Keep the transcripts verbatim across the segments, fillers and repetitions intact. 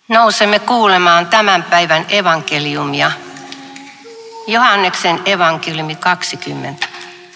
Nousemme kuulemaan tämän päivän evankeliumia. Johanneksen evankeliumi kaksikymmentä.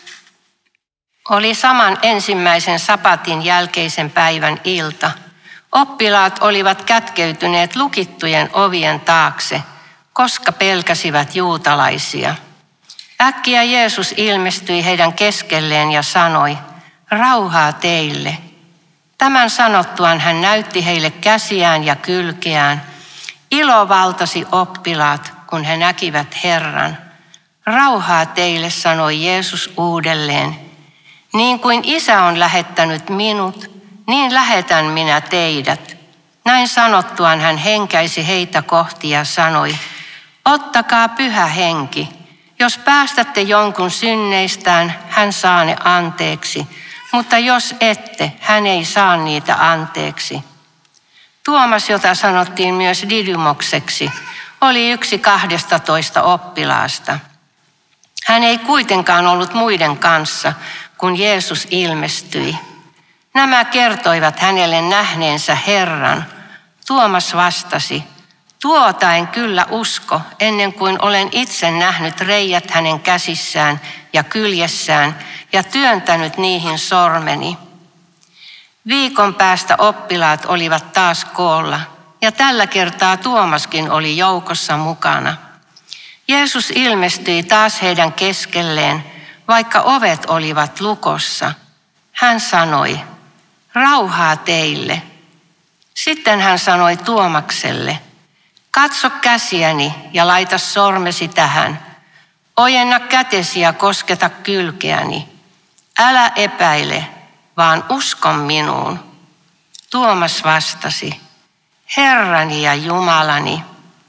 Oli saman ensimmäisen sapatin jälkeisen päivän ilta. Oppilaat olivat kätkeytyneet lukittujen ovien taakse, koska pelkäsivät juutalaisia. Äkkiä Jeesus ilmestyi heidän keskelleen ja sanoi, rauhaa teille. Tämän sanottuaan hän näytti heille käsiään ja kylkeään. Ilo valtasi oppilaat, kun he näkivät Herran. Rauhaa teille, sanoi Jeesus uudelleen. Niin kuin Isä on lähettänyt minut, niin lähetän minä teidät. Näin sanottuaan hän henkäisi heitä kohti ja sanoi, ottakaa pyhä henki. Jos päästätte jonkun synneistään, hän saa ne anteeksi, mutta jos ette, hän ei saa niitä anteeksi. Tuomas, jota sanottiin myös Didymokseksi, oli yksi kahdestatoista oppilaasta. Hän ei kuitenkaan ollut muiden kanssa, kun Jeesus ilmestyi. Nämä kertoivat hänelle nähneensä Herran. Tuomas vastasi, tuota en kyllä usko, ennen kuin olen itse nähnyt reijät hänen käsissään ja kyljessään ja työntänyt niihin sormeni. Viikon päästä oppilaat olivat taas koolla, ja tällä kertaa Tuomaskin oli joukossa mukana. Jeesus ilmestyi taas heidän keskelleen, vaikka ovet olivat lukossa. Hän sanoi, rauhaa teille. Sitten hän sanoi Tuomakselle, katso käsiäni ja laita sormesi tähän. Ojenna kätesi ja kosketa kylkeäni. Älä epäile, vaan usko minuun. Tuomas vastasi, Herrani ja Jumalani.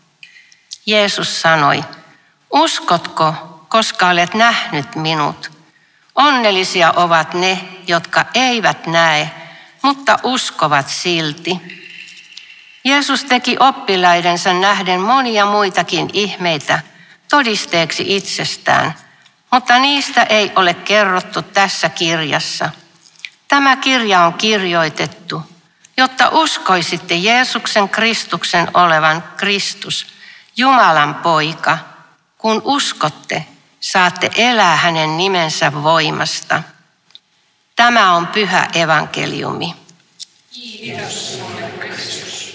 Jeesus sanoi, uskotko, koska olet nähnyt minut? Onnellisia ovat ne, jotka eivät näe, mutta uskovat silti. Jeesus teki oppilaidensa nähden monia muitakin ihmeitä todisteeksi itsestään, mutta niistä ei ole kerrottu tässä kirjassa. Tämä kirja on kirjoitettu, jotta uskoisitte Jeesuksen Kristuksen olevan Kristus, Jumalan poika. Kun uskotte, saatte elää hänen nimensä voimasta. Tämä on pyhä evankeliumi. Kiitos, Kristus.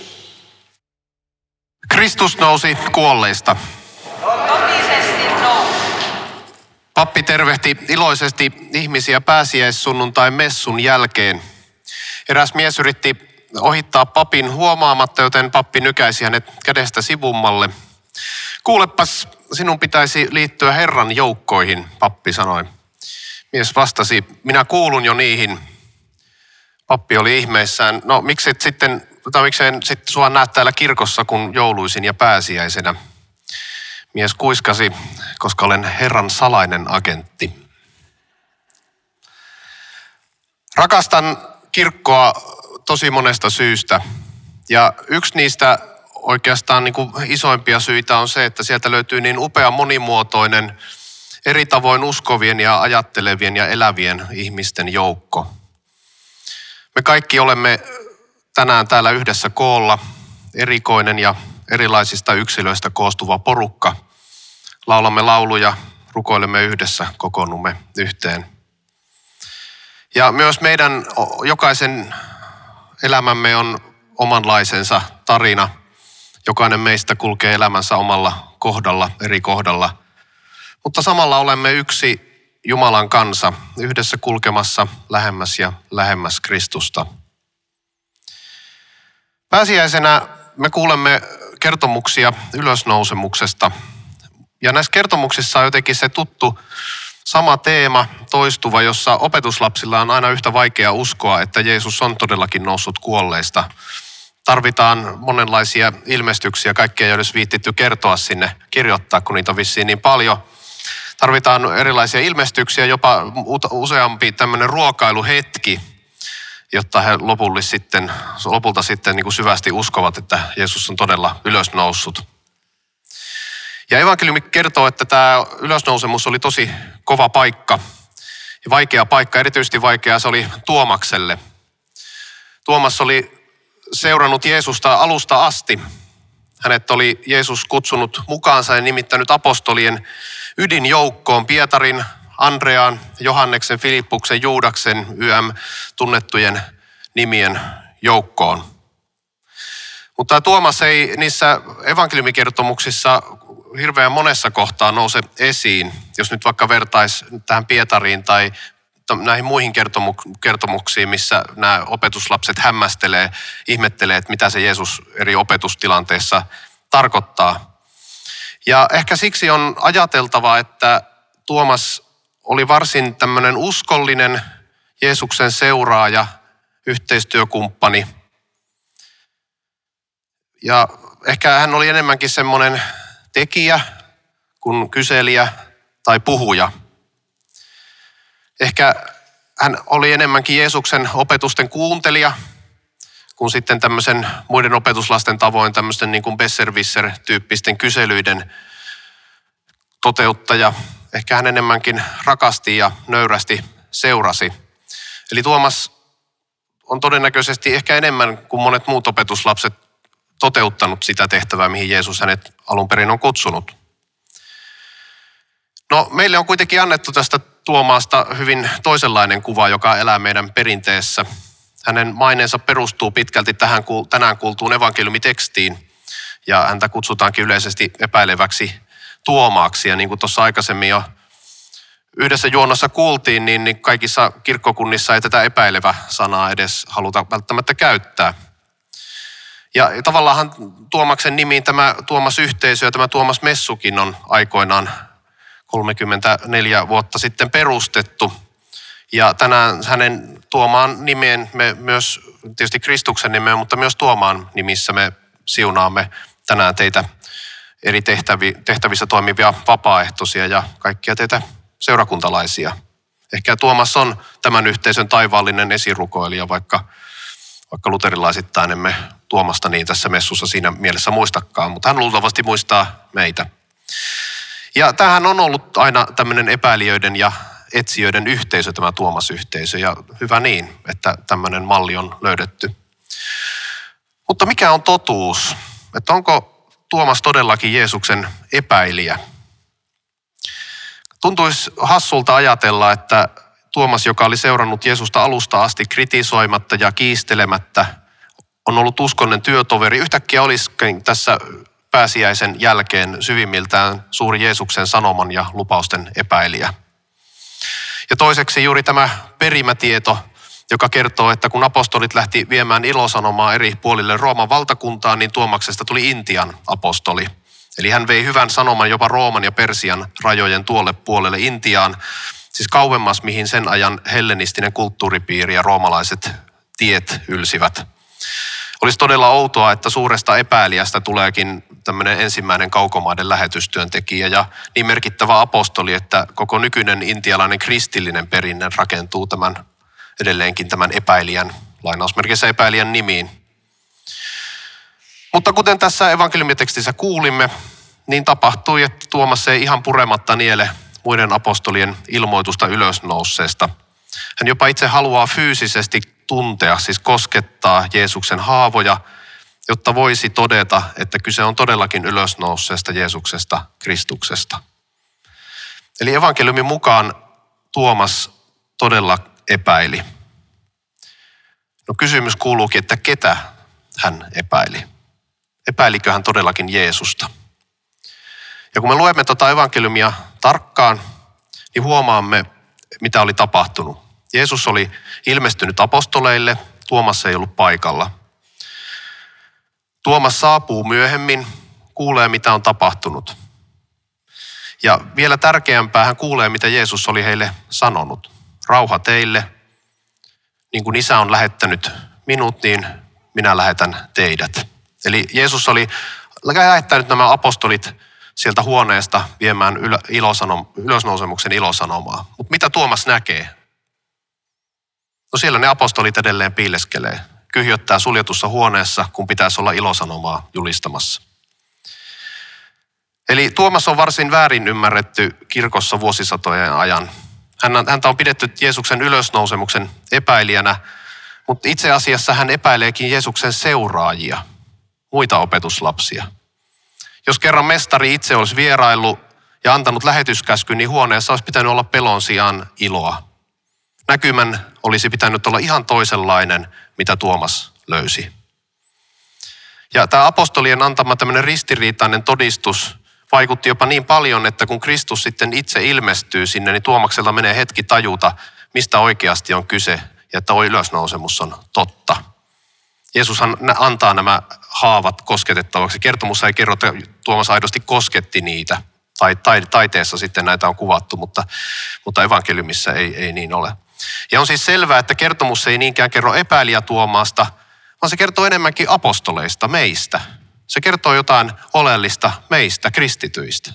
Kristus nousi kuolleista. Totisesti nousi. Pappi tervehti iloisesti ihmisiä pääsiäissunnuntain messun jälkeen. Eräs mies yritti ohittaa papin huomaamatta, joten pappi nykäisi hänet kädestä sivummalle. Kuulepas, sinun pitäisi liittyä Herran joukkoihin, pappi sanoi. Mies vastasi, minä kuulun jo niihin. Pappi oli ihmeissään, no miksi et sitten, tai miksi en sitten sua näe täällä kirkossa, kun jouluisin ja pääsiäisenä. Mies kuiskasi, koska olen Herran salainen agentti. Rakastan kirkkoa tosi monesta syystä. Ja yksi niistä oikeastaan niin kuin isoimpia syitä on se, että sieltä löytyy niin upea monimuotoinen, eri tavoin uskovien ja ajattelevien ja elävien ihmisten joukko. Me kaikki olemme tänään täällä yhdessä koolla, erikoinen ja erilaisista yksilöistä koostuva porukka. Laulamme lauluja, rukoilemme yhdessä, kokoonnumme yhteen. Ja myös meidän jokaisen elämämme on omanlaisensa tarina. Jokainen meistä kulkee elämänsä omalla kohdalla, eri kohdalla. Mutta samalla olemme yksi Jumalan kansa, yhdessä kulkemassa lähemmäs ja lähemmäs Kristusta. Pääsiäisenä me kuulemme kertomuksia ylösnousemuksesta. Ja näissä kertomuksissa on jotenkin se tuttu sama teema toistuva, jossa opetuslapsilla on aina yhtä vaikea uskoa, että Jeesus on todellakin noussut kuolleista. Tarvitaan monenlaisia ilmestyksiä, kaikkia ei olisi viittitty kertoa sinne, kirjoittaa, kun niitä on vissiin niin paljon. Tarvitaan erilaisia ilmestyksiä, jopa useampi tämmöinen ruokailuhetki, jotta he lopulta sitten, lopulta sitten niin kuin syvästi uskovat, että Jeesus on todella ylösnoussut. Ja evankeliumi kertoo, että tämä ylösnousemus oli tosi kova paikka ja vaikea paikka. Erityisesti vaikea se oli Tuomakselle. Tuomas oli seurannut Jeesusta alusta asti. Hänet oli Jeesus kutsunut mukaansa ja nimittänyt apostolien ydinjoukkoon Pietarin, Andrean, Johanneksen, Filippuksen, Juudaksen, Y M tunnettujen nimien joukkoon. Mutta Tuomas ei niissä evankeliumikertomuksissa hirveän monessa kohtaa nouse esiin. Jos nyt vaikka vertaisi tähän Pietariin tai näihin muihin kertomuksiin, missä nämä opetuslapset hämmästelee, ihmettelee, että mitä se Jeesus eri opetustilanteissa tarkoittaa. Ja ehkä siksi on ajateltava, että Tuomas oli varsin tämmöinen uskollinen Jeesuksen seuraaja, yhteistyökumppani. Ja ehkä hän oli enemmänkin semmoinen tekijä kuin kyselijä tai puhuja. Ehkä hän oli enemmänkin Jeesuksen opetusten kuuntelija kuin sitten tämmöisen muiden opetuslasten tavoin tämmöisten niin kuin Besserwisser-tyyppisten kyselyiden toteuttaja. Ehkä hän enemmänkin rakasti ja nöyrästi seurasi. Eli Tuomas on todennäköisesti ehkä enemmän kuin monet muut opetuslapset toteuttanut sitä tehtävää, mihin Jeesus hänet alun perin on kutsunut. No, meille on kuitenkin annettu tästä Tuomaasta hyvin toisenlainen kuva, joka elää meidän perinteessä. Hänen maineensa perustuu pitkälti tähän tänään kuultuun evankeliumitekstiin ja häntä kutsutaankin yleisesti epäileväksi Tuomaaksi. Ja niin kuin tuossa aikaisemmin jo yhdessä juonnossa kuultiin, niin kaikissa kirkkokunnissa ei tätä epäilevä sanaa edes haluta välttämättä käyttää. Ja tavallaan Tuomaksen nimiin tämä Tuomas-yhteisö ja tämä Tuomas-messukin on aikoinaan kolmekymmentäneljä vuotta sitten perustettu. Ja tänään hänen Tuomaan nimeen me myös, tietysti Kristuksen nimeen, mutta myös Tuomaan nimissä me siunaamme tänään teitä eri tehtävi, tehtävissä toimivia vapaaehtoisia ja kaikkia teitä seurakuntalaisia. Ehkä Tuomas on tämän yhteisön taivaallinen esirukoilija, vaikka, vaikka luterilaisittain emme Tuomasta niin tässä messussa siinä mielessä muistakaan, mutta hän luultavasti muistaa meitä. Ja tämähän on ollut aina tämmöinen epäilijöiden ja etsijöiden yhteisö, tämä Tuomas-yhteisö, ja hyvä niin, että tämmöinen malli on löydetty. Mutta mikä on totuus? Että onko Tuomas todellakin Jeesuksen epäilijä? Tuntuisi hassulta ajatella, että Tuomas, joka oli seurannut Jeesusta alusta asti kritisoimatta ja kiistelemättä, on ollut uskollinen työtoveri, yhtäkkiä olisikin tässä pääsiäisen jälkeen syvimmiltään suuri Jeesuksen sanoman ja lupausten epäilijä. Ja toiseksi juuri tämä perimätieto, joka kertoo, että kun apostolit lähti viemään ilosanomaa eri puolille Rooman valtakuntaan, niin Tuomaksesta tuli Intian apostoli. Eli hän vei hyvän sanoman jopa Rooman ja Persian rajojen tuolle puolelle Intiaan, siis kauemmas, mihin sen ajan hellenistinen kulttuuripiiri ja roomalaiset tiet ylsivät. Olisi todella outoa, että suuresta epäilijästä tuleekin tämmöinen ensimmäinen kaukomaiden lähetystyöntekijä ja niin merkittävä apostoli, että koko nykyinen intialainen kristillinen perinne rakentuu tämän edelleenkin tämän epäilijän, lainausmerkissä epäilijän nimiin. Mutta kuten tässä evankeliumitekstissä kuulimme, niin tapahtui, että Tuomas ei ihan purematta niele muiden apostolien ilmoitusta ylösnousseesta. Hän jopa itse haluaa fyysisesti tuntea, siis koskettaa Jeesuksen haavoja, jotta voisi todeta, että kyse on todellakin ylösnousseesta Jeesuksesta, Kristuksesta. Eli evankeliumin mukaan Tuomas todella epäili. No kysymys kuuluukin, että ketä hän epäili? Epäilikö hän todellakin Jeesusta? Ja kun me luemme tuota evankeliumia tarkkaan, niin huomaamme, mitä oli tapahtunut. Jeesus oli ilmestynyt apostoleille, Tuomas ei ollut paikalla. Tuomas saapuu myöhemmin, kuulee mitä on tapahtunut. Ja vielä tärkeämpää, hän kuulee mitä Jeesus oli heille sanonut. Rauha teille, niin kuin Isä on lähettänyt minut, niin minä lähetän teidät. Eli Jeesus oli lähettänyt nämä apostolit sieltä huoneesta viemään ylösnousemuksen ilosanomaa. Mutta mitä Tuomas näkee? No siellä ne apostolit edelleen piileskelee, kyhjöttää suljetussa huoneessa, kun pitäisi olla ilosanomaa julistamassa. Eli Tuomas on varsin väärin ymmärretty kirkossa vuosisatojen ajan. Häntä on pidetty Jeesuksen ylösnousemuksen epäilijänä, Mutta itse asiassa hän epäileekin Jeesuksen seuraajia, muita opetuslapsia. Jos kerran mestari itse olisi vieraillut ja antanut lähetyskäskyn, niin huoneessa olisi pitänyt olla pelon sijaan iloa. Näkymän olisi pitänyt olla ihan toisenlainen, mitä Tuomas löysi. Ja tämä apostolien antama tämmöinen ristiriitainen todistus vaikutti jopa niin paljon, että kun Kristus sitten itse ilmestyy sinne, niin Tuomakselta menee hetki tajuta, mistä oikeasti on kyse ja että ylösnousemus on totta. Jeesushan antaa nämä haavat kosketettavaksi. Kertomus ei kerro, että Tuomas aidosti kosketti niitä. Tai, tai taiteessa sitten näitä on kuvattu, mutta, mutta evankeliumissa ei, ei niin ole. Ja on siis selvää, että kertomus ei niinkään kerro epäilijä Tuomaasta, vaan se kertoo enemmänkin apostoleista, meistä. Se kertoo jotain oleellista meistä, kristityistä.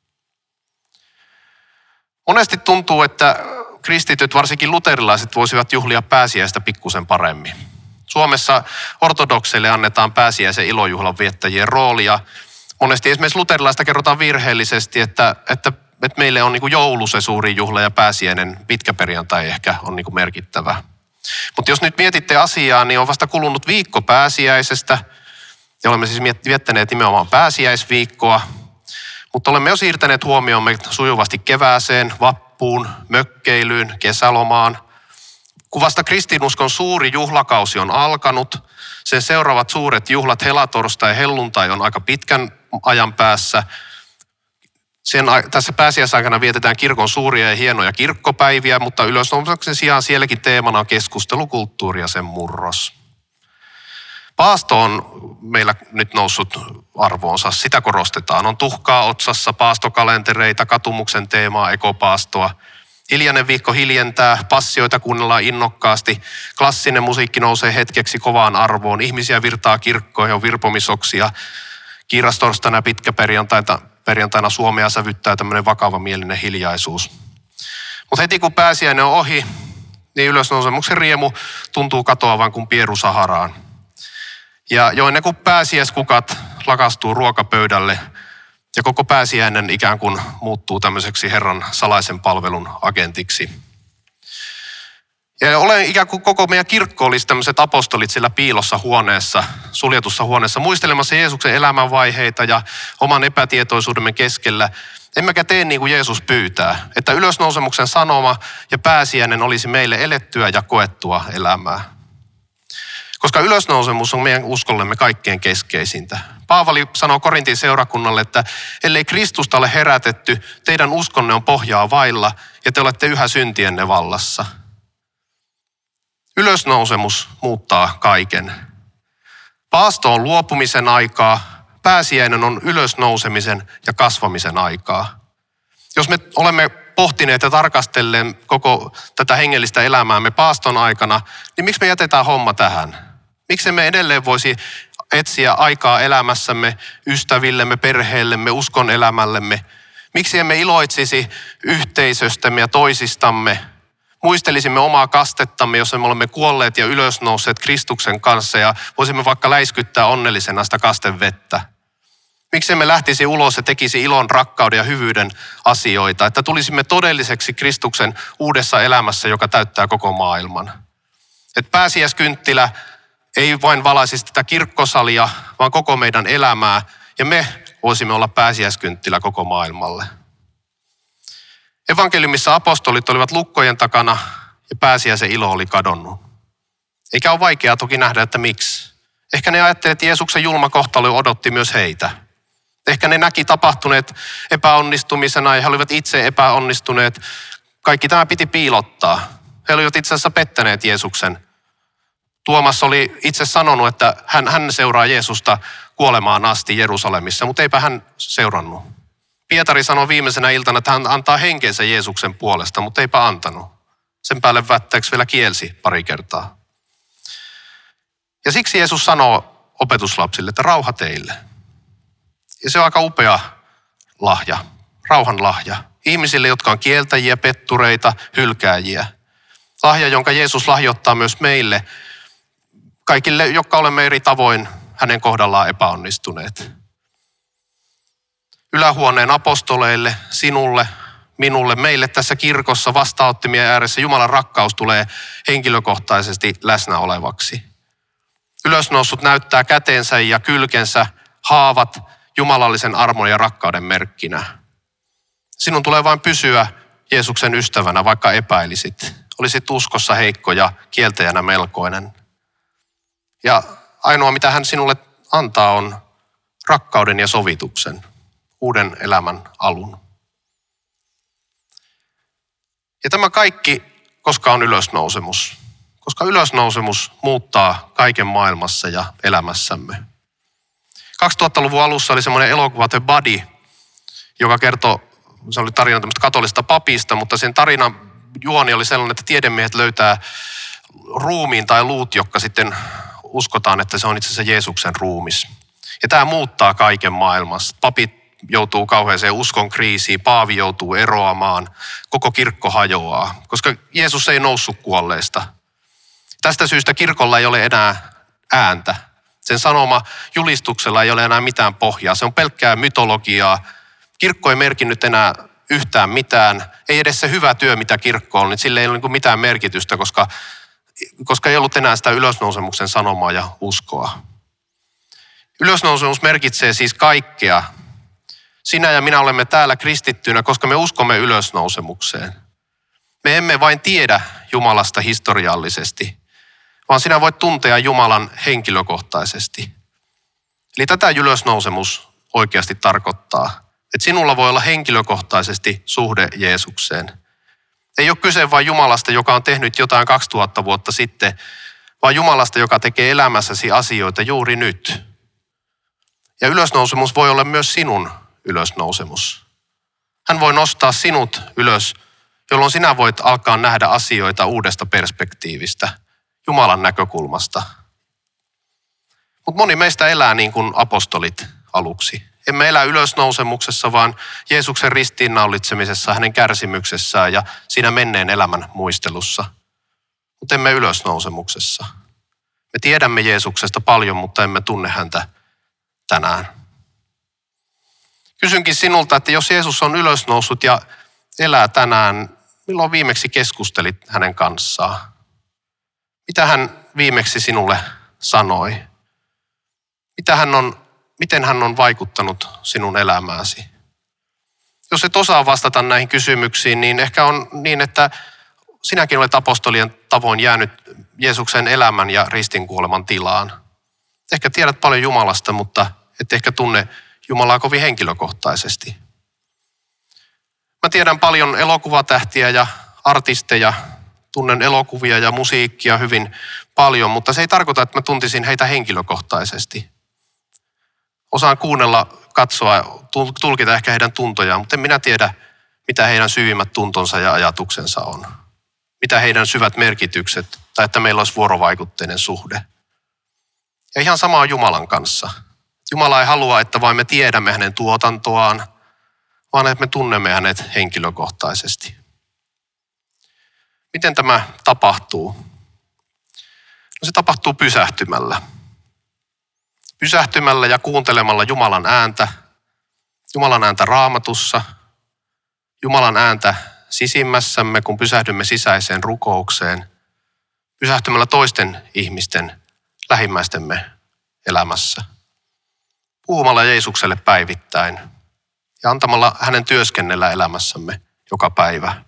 Monesti tuntuu, että kristityt, varsinkin luterilaiset, voisivat juhlia pääsiäistä pikkusen paremmin. Suomessa ortodokseille annetaan pääsiäisen ilojuhlan viettäjien roolia. Monesti esimerkiksi luterilaista kerrotaan virheellisesti, että, että, että meille on niin kuin joulu se suuri juhla ja pääsiäinen pitkä perjantai ehkä on niin kuin merkittävä. Mutta jos nyt mietitte asiaa, niin on vasta kulunut viikko pääsiäisestä ja olemme siis viettäneet nimenomaan pääsiäisviikkoa, mutta olemme jo siirtäneet huomiomme sujuvasti kevääseen, vappuun, mökkeilyyn, kesälomaan. Kun vasta kristinuskon suuri juhlakausi on alkanut, sen seuraavat suuret juhlat, helatorstai ja helluntai on aika pitkän ajan päässä. Sen, tässä pääsiäisaikana vietetään kirkon suuria ja hienoja kirkkopäiviä, mutta ylösnousemuksen sijaan sielläkin teemana on keskustelukulttuuri ja sen murros. Paasto on meillä nyt noussut arvoonsa, sitä korostetaan. On tuhkaa otsassa, paastokalentereita, katumuksen teemaa, ekopaastoa. Hiljainen viikko hiljentää, passioita kuunnellaan innokkaasti, klassinen musiikki nousee hetkeksi kovaan arvoon, ihmisiä virtaa kirkkoihin, on virpomisoksia. Kiirastorstaina pitkä perjantaina, perjantaina Suomea sävyttää tämmöinen vakavamielinen hiljaisuus. Mutta heti kun pääsiäinen on ohi, niin ylösnousemuksen riemu tuntuu katoavan kuin pieru Saharaan. Ja jo ennen kuin pääsiäiskukat lakastuu ruokapöydälle ja koko pääsiäinen ikään kuin muuttuu tämmöiseksi Herran salaisen palvelun agentiksi. Ja olen ikään kuin koko meidän kirkko olisi tämmöiset apostolit siellä piilossa huoneessa, suljetussa huoneessa, muistelemassa Jeesuksen elämänvaiheita ja oman epätietoisuudemme keskellä. Emmekä tee niin kuin Jeesus pyytää, että ylösnousemuksen sanoma ja pääsiäinen olisi meille elettyä ja koettua elämää. Koska ylösnousemus on meidän uskollemme kaikkein keskeisintä. Paavali sanoo Korintin seurakunnalle, että ellei Kristusta ole herätetty, teidän uskonne on pohjaa vailla ja te olette yhä syntienne vallassa. Ylösnousemus muuttaa kaiken. Paasto on luopumisen aikaa, pääsiäinen on ylösnousemisen ja kasvamisen aikaa. Jos me olemme pohtineet ja tarkastelleet koko tätä hengellistä elämäämme paaston aikana, niin miksi me jätetään homma tähän? Miksi me edelleen voisi etsiä aikaa elämässämme, ystävillemme, perheellemme, uskon elämällemme? Miksi emme iloitsisi yhteisöstämme ja toisistamme? Muistelisimme omaa kastettamme, jos me olemme kuolleet ja ylösnousseet Kristuksen kanssa ja voisimme vaikka läiskyttää onnellisena sitä kastevettä. Miksi emme lähtisi ulos ja tekisi ilon, rakkauden ja hyvyyden asioita, että tulisimme todelliseksi Kristuksen uudessa elämässä, joka täyttää koko maailman. Että pääsiäiskynttilä ei vain valaisisi tätä kirkkosalia, vaan koko meidän elämää ja me voisimme olla pääsiäiskynttilä koko maailmalle. Evankeliumissa apostolit olivat lukkojen takana ja pääsiäisen ilo oli kadonnut. Eikä ole vaikeaa toki nähdä, että miksi. Ehkä ne ajattelivat, että Jeesuksen julma kohtalo odotti myös heitä. Ehkä ne näki tapahtuneet epäonnistumisena ja he olivat itse epäonnistuneet. Kaikki tämä piti piilottaa. He olivat itse asiassa pettäneet Jeesuksen. Tuomas oli itse sanonut, että hän, hän seuraa Jeesusta kuolemaan asti Jerusalemissa, mutta eipä hän seurannut. Pietari sanoi viimeisenä iltana, että hän antaa henkensä Jeesuksen puolesta, mutta eipä antanut. Sen päälle vättäeksi vielä kielsi pari kertaa. Ja siksi Jeesus sanoo opetuslapsille, että rauha teille. Ja se on aika upea lahja, rauhan lahja. Ihmisille, jotka on kieltäjiä, pettureita, hylkääjiä. Lahja, jonka Jeesus lahjoittaa myös meille, kaikille, jotka olemme eri tavoin hänen kohdallaan epäonnistuneet. Ylähuoneen apostoleille, sinulle, minulle, meille tässä kirkossa vastaanottimien ääressä Jumalan rakkaus tulee henkilökohtaisesti läsnä olevaksi. Ylösnoussut näyttää kätensä ja kylkensä, haavat jumalallisen armon ja rakkauden merkkinä. Sinun tulee vain pysyä Jeesuksen ystävänä, vaikka epäilisit. Olisit uskossa heikko ja kieltäjänä melkoinen. Ja ainoa, mitä hän sinulle antaa, on rakkauden ja sovituksen, uuden elämän alun. Ja tämä kaikki, koska on ylösnousemus. Koska ylösnousemus muuttaa kaiken maailmassa ja elämässämme. kaksituhattaluvun alussa oli semmoinen elokuva The Body, joka kertoi, se oli tarina tämmöistä katolista papista, mutta sen tarinan juoni oli sellainen, että tiedemiehet löytää ruumiin tai luut, jotka sitten uskotaan, että se on itse asiassa Jeesuksen ruumis. Ja tämä muuttaa kaiken maailmassa. Papit joutuu kauheeseen uskon kriisiin, paavi joutuu eroamaan, koko kirkko hajoaa, koska Jeesus ei noussut kuolleista. Tästä syystä kirkolla ei ole enää ääntä. Sen sanoma julistuksella ei ole enää mitään pohjaa. Se on pelkkää mytologiaa. Kirkko ei merkinnyt enää yhtään mitään. Ei edes se hyvä työ, mitä kirkko on, niin sillä ei ole mitään merkitystä, koska, koska ei ollut enää sitä ylösnousemuksen sanomaa ja uskoa. Ylösnousemus merkitsee siis kaikkea. Sinä ja minä olemme täällä kristittyinä, koska me uskomme ylösnousemukseen. Me emme vain tiedä Jumalasta historiallisesti, vaan sinä voit tuntea Jumalan henkilökohtaisesti. Eli tätä ylösnousemus oikeasti tarkoittaa, että sinulla voi olla henkilökohtaisesti suhde Jeesukseen. Ei ole kyse vain Jumalasta, joka on tehnyt jotain kaksituhatta vuotta sitten, vaan Jumalasta, joka tekee elämässäsi asioita juuri nyt. Ja ylösnousemus voi olla myös sinun ylösnousemus. Hän voi nostaa sinut ylös, jolloin sinä voit alkaa nähdä asioita uudesta perspektiivistä, Jumalan näkökulmasta. Mutta moni meistä elää niin kuin apostolit aluksi. Emme elä ylösnousemuksessa, vaan Jeesuksen ristiinnaulitsemisessa, hänen kärsimyksessään ja siinä menneen elämän muistelussa. Mutta emme ylösnousemuksessa. Me tiedämme Jeesuksesta paljon, mutta emme tunne häntä tänään. Kysynkin sinulta, että jos Jeesus on ylösnoussut ja elää tänään, milloin viimeksi keskustelit hänen kanssaan? Mitä hän viimeksi sinulle sanoi? Mitä hän on, miten hän on vaikuttanut sinun elämääsi? Jos et osaa vastata näihin kysymyksiin, niin ehkä on niin, että sinäkin olet apostolien tavoin jäänyt Jeesuksen elämän ja ristinkuoleman tilaan. Ehkä tiedät paljon Jumalasta, mutta et ehkä tunne Jumalaa kovin henkilökohtaisesti. Mä tiedän paljon elokuvatähtiä ja artisteja, tunnen elokuvia ja musiikkia hyvin paljon, mutta se ei tarkoita, että mä tuntisin heitä henkilökohtaisesti. Osaan kuunnella, katsoa, tulkita ehkä heidän tuntojaan, mutta en minä tiedä, mitä heidän syvimmät tuntonsa ja ajatuksensa on. Mitä heidän syvät merkitykset, tai että meillä olisi vuorovaikutteinen suhde. Ja ihan sama on Jumalan kanssa. Jumala ei halua, että vain me tiedämme hänen tuotantoaan, vaan että me tunnemme hänet henkilökohtaisesti. Miten tämä tapahtuu? No se tapahtuu pysähtymällä. Pysähtymällä ja kuuntelemalla Jumalan ääntä, Jumalan ääntä Raamatussa, Jumalan ääntä sisimmässämme, kun pysähdymme sisäiseen rukoukseen, pysähtymällä toisten ihmisten, lähimmäistemme elämässä, puhumalla Jeesukselle päivittäin ja antamalla hänen työskennellä elämässämme joka päivä.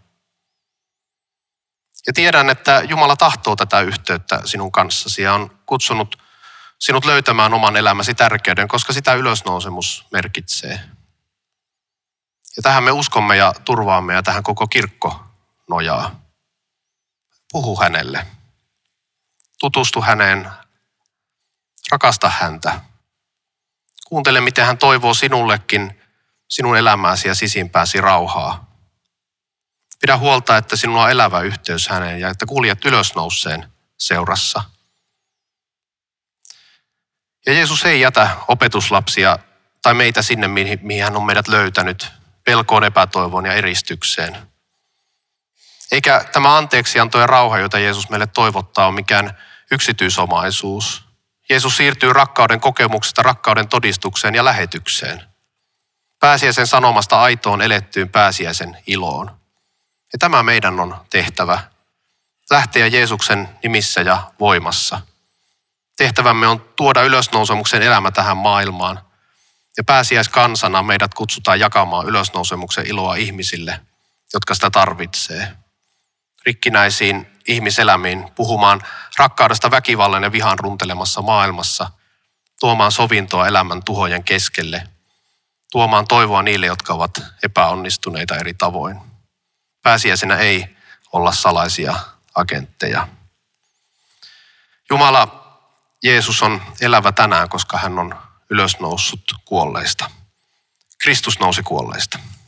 Ja tiedän, että Jumala tahtoo tätä yhteyttä sinun kanssasi ja on kutsunut sinut löytämään oman elämäsi tärkeyden, koska sitä ylösnousemus merkitsee. Ja tähän me uskomme ja turvaamme ja tähän koko kirkko nojaa. Puhu hänelle. Tutustu häneen. Rakasta häntä. Kuuntele, miten hän toivoo sinullekin sinun elämääsi ja sisimpääsi rauhaa. Pidä huolta, että sinulla on elävä yhteys häneen ja että kuljet ylösnouseen seurassa. Ja Jeesus ei jätä opetuslapsia tai meitä sinne, mihin hän on meidät löytänyt, pelkoon, epätoivoon ja eristykseen. Eikä tämä anteeksianto ja rauha, jota Jeesus meille toivottaa, ole mikään yksityisomaisuus. Jeesus siirtyy rakkauden kokemuksesta rakkauden todistukseen ja lähetykseen. Pääsiäisen sanomasta aitoon elettyyn pääsiäisen iloon. Ja tämä meidän on tehtävä. Lähteä Jeesuksen nimissä ja voimassa. Tehtävämme on tuoda ylösnousemuksen elämä tähän maailmaan. Ja pääsiäiskansana meidät kutsutaan jakamaan ylösnousemuksen iloa ihmisille, jotka sitä tarvitsee. Rikkinäisiin ihmiselämiin, puhumaan rakkaudesta väkivallan ja vihan runtelemassa maailmassa, tuomaan sovintoa elämän tuhojen keskelle, tuomaan toivoa niille, jotka ovat epäonnistuneita eri tavoin. Pääsiäisenä ei olla salaisia agentteja. Jumala, Jeesus on elävä tänään, koska hän on ylösnoussut kuolleista. Kristus nousi kuolleista.